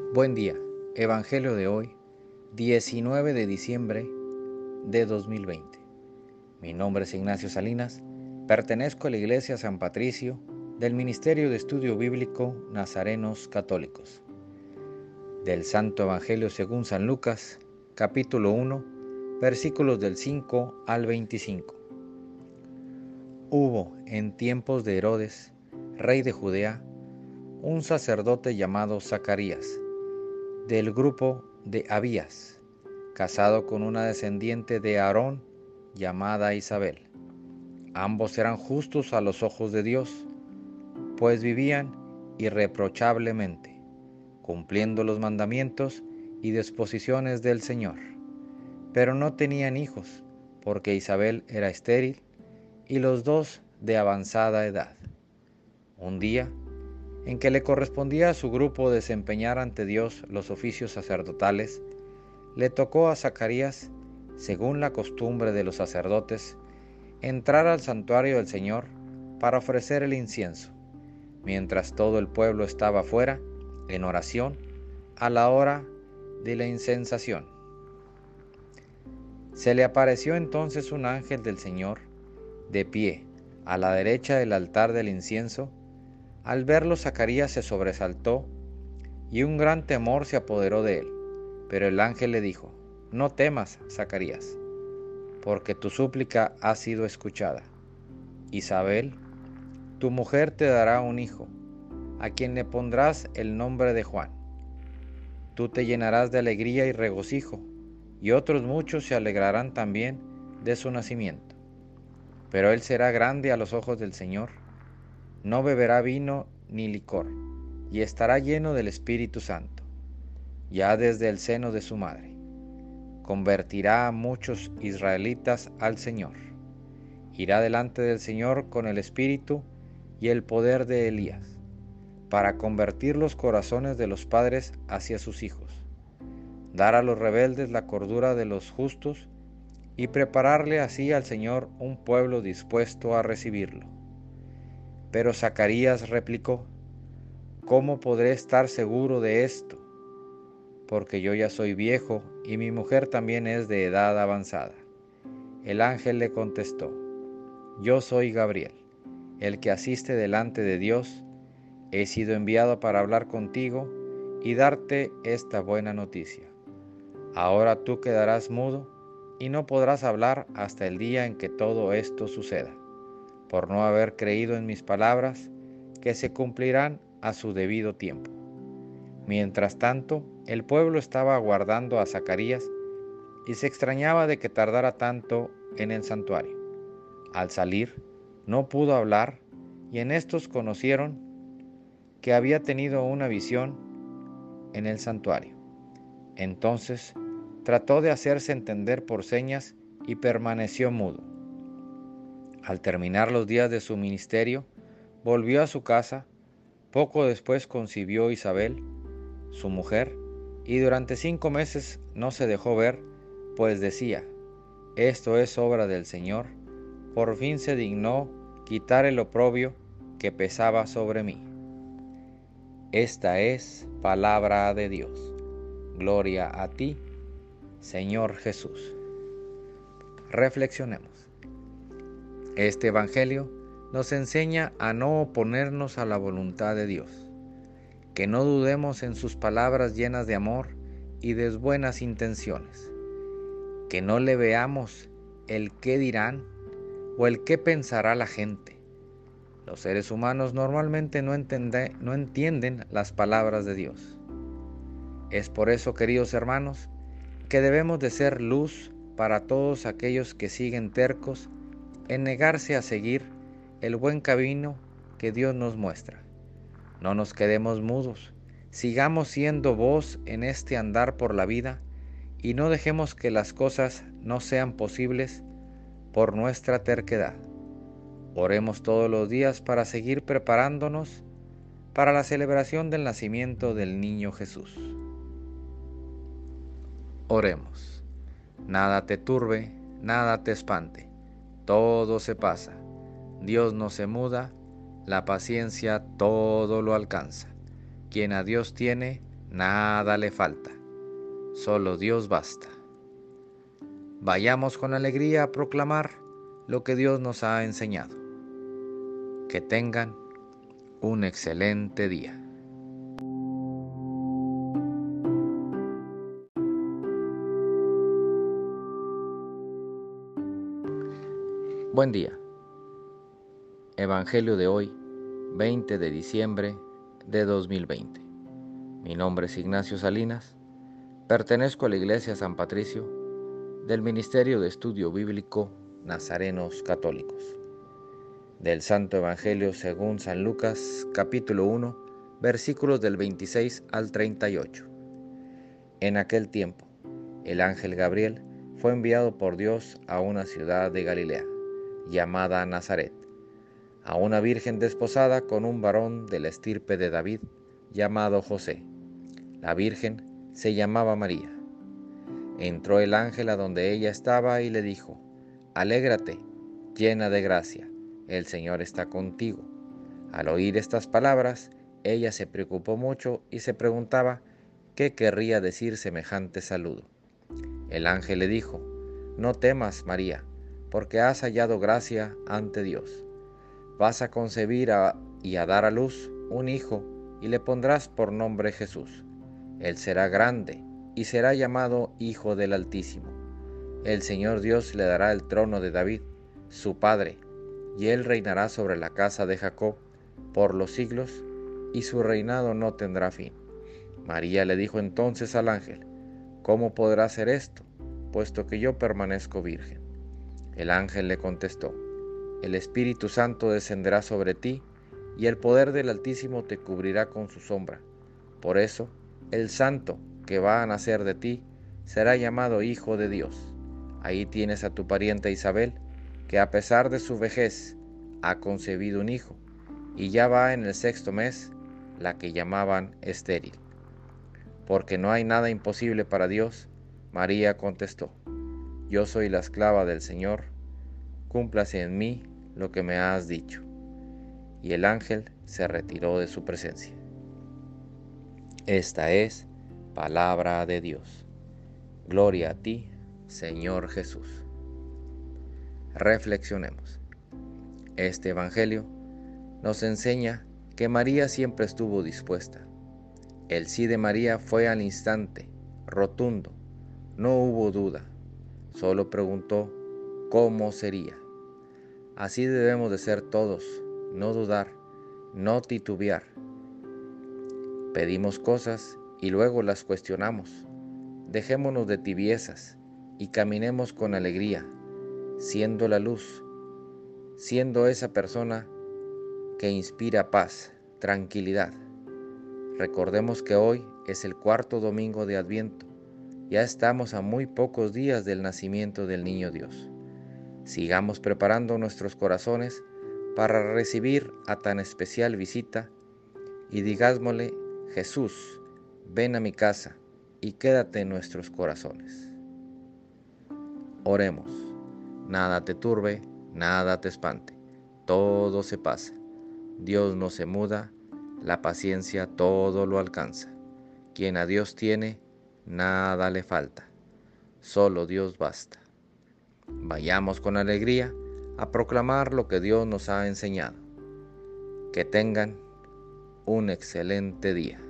Buen día. Evangelio de hoy, 19 de diciembre de 2020. Mi nombre es Ignacio Salinas, pertenezco a la Iglesia San Patricio del Ministerio de Estudio Bíblico Nazarenos Católicos. Del Santo Evangelio según San Lucas, capítulo 1, versículos del 5 al 25. Hubo en tiempos de Herodes, rey de Judea, un sacerdote llamado Zacarías, del grupo de Abías, casado con una descendiente de Aarón llamada Isabel. Ambos eran justos a los ojos de Dios, pues vivían irreprochablemente, cumpliendo los mandamientos y disposiciones del Señor. Pero no tenían hijos, porque Isabel era estéril y los dos de avanzada edad. Un día, en que le correspondía a su grupo desempeñar ante Dios los oficios sacerdotales, le tocó a Zacarías, según la costumbre de los sacerdotes, entrar al santuario del Señor para ofrecer el incienso, mientras todo el pueblo estaba fuera, en oración, a la hora de la incensación. Se le apareció entonces un ángel del Señor, de pie, a la derecha del altar del incienso. Al verlo, Zacarías se sobresaltó y un gran temor se apoderó de él. Pero el ángel le dijo: No temas, Zacarías, porque tu súplica ha sido escuchada. Isabel, tu mujer, te dará un hijo, a quien le pondrás el nombre de Juan. Tú te llenarás de alegría y regocijo, y otros muchos se alegrarán también de su nacimiento. Pero él será grande a los ojos del Señor. No beberá vino ni licor, y estará lleno del Espíritu Santo, ya desde el seno de su madre. Convertirá a muchos israelitas al Señor. Irá delante del Señor con el espíritu y el poder de Elías, para convertir los corazones de los padres hacia sus hijos, dar a los rebeldes la cordura de los justos y prepararle así al Señor un pueblo dispuesto a recibirlo. Pero Zacarías replicó: ¿Cómo podré estar seguro de esto? Porque yo ya soy viejo y mi mujer también es de edad avanzada. El ángel le contestó: Yo soy Gabriel, el que asiste delante de Dios. He sido enviado para hablar contigo y darte esta buena noticia. Ahora tú quedarás mudo y no podrás hablar hasta el día en que todo esto suceda, por no haber creído en mis palabras, que se cumplirán a su debido tiempo. Mientras tanto, el pueblo estaba aguardando a Zacarías y se extrañaba de que tardara tanto en el santuario. Al salir, no pudo hablar, y en estos conocieron que había tenido una visión en el santuario. Entonces trató de hacerse entender por señas y permaneció mudo. Al terminar los días de su ministerio, volvió a su casa. Poco después concibió Isabel, su mujer, y durante 5 meses no se dejó ver, pues decía: Esto es obra del Señor. Por fin se dignó quitar el oprobio que pesaba sobre mí. Esta es palabra de Dios. Gloria a ti, Señor Jesús. Reflexionemos. Este Evangelio nos enseña a no oponernos a la voluntad de Dios, que no dudemos en sus palabras llenas de amor y de buenas intenciones, que no le veamos el qué dirán o el qué pensará la gente. Los seres humanos normalmente no entienden las palabras de Dios. Es por eso, queridos hermanos, que debemos de ser luz para todos aquellos que siguen tercos en negarse a seguir el buen camino que Dios nos muestra. No nos quedemos mudos, sigamos siendo voz en este andar por la vida y no dejemos que las cosas no sean posibles por nuestra terquedad. Oremos todos los días para seguir preparándonos para la celebración del nacimiento del niño Jesús. Oremos. Nada te turbe, nada te espante, todo se pasa. Dios no se muda, la paciencia todo lo alcanza. Quien a Dios tiene, nada le falta, solo Dios basta. Vayamos con alegría a proclamar lo que Dios nos ha enseñado. Que tengan un excelente día. Buen día. Evangelio de hoy, 20 de diciembre de 2020. Mi nombre es Ignacio Salinas. Pertenezco a la Iglesia San Patricio del Ministerio de Estudio Bíblico Nazarenos Católicos. Del Santo Evangelio según San Lucas, capítulo 1, versículos del 26 al 38. En aquel tiempo, el ángel Gabriel fue enviado por Dios a una ciudad de Galilea, llamada Nazaret, a una virgen desposada con un varón de la estirpe de David, llamado José. La virgen se llamaba María. Entró el ángel a donde ella estaba y le dijo: «Alégrate, llena de gracia, el Señor está contigo». Al oír estas palabras, ella se preocupó mucho y se preguntaba qué querría decir semejante saludo. El ángel le dijo: «No temas, María, porque has hallado gracia ante Dios. Vas a concebir y a dar a luz un hijo, y le pondrás por nombre Jesús. Él será grande y será llamado Hijo del Altísimo. El Señor Dios le dará el trono de David, su padre, y él reinará sobre la casa de Jacob por los siglos, y su reinado no tendrá fin». María le dijo entonces al ángel: «¿Cómo podrá ser esto, puesto que yo permanezco virgen?». El ángel le contestó: «El Espíritu Santo descenderá sobre ti, y el poder del Altísimo te cubrirá con su sombra. Por eso, el santo que va a nacer de ti será llamado Hijo de Dios. Ahí tienes a tu pariente Isabel, que a pesar de su vejez ha concebido un hijo, y ya va en el 6º mes, la que llamaban estéril. Porque no hay nada imposible para Dios». María contestó: «Yo soy la esclava del Señor, cúmplase en mí lo que me has dicho». Y el ángel se retiró de su presencia. Esta es palabra de Dios. Gloria a ti, Señor Jesús. Reflexionemos. Este Evangelio nos enseña que María siempre estuvo dispuesta. El sí de María fue al instante, rotundo, no hubo duda, solo preguntó cómo sería. Así debemos de ser todos, no dudar, no titubear. Pedimos cosas y luego las cuestionamos. Dejémonos de tibiezas y caminemos con alegría, siendo la luz, siendo esa persona que inspira paz, tranquilidad. Recordemos que hoy es el 4º domingo de Adviento. Ya estamos a muy pocos días del nacimiento del Niño Dios. Sigamos preparando nuestros corazones para recibir a tan especial visita y digámosle: «Jesús, ven a mi casa y quédate en nuestros corazones». Oremos. Nada te turbe, nada te espante, todo se pasa. Dios no se muda, la paciencia todo lo alcanza. Quien a Dios tiene, nada le falta, solo Dios basta. Vayamos con alegría a proclamar lo que Dios nos ha enseñado. Que tengan un excelente día.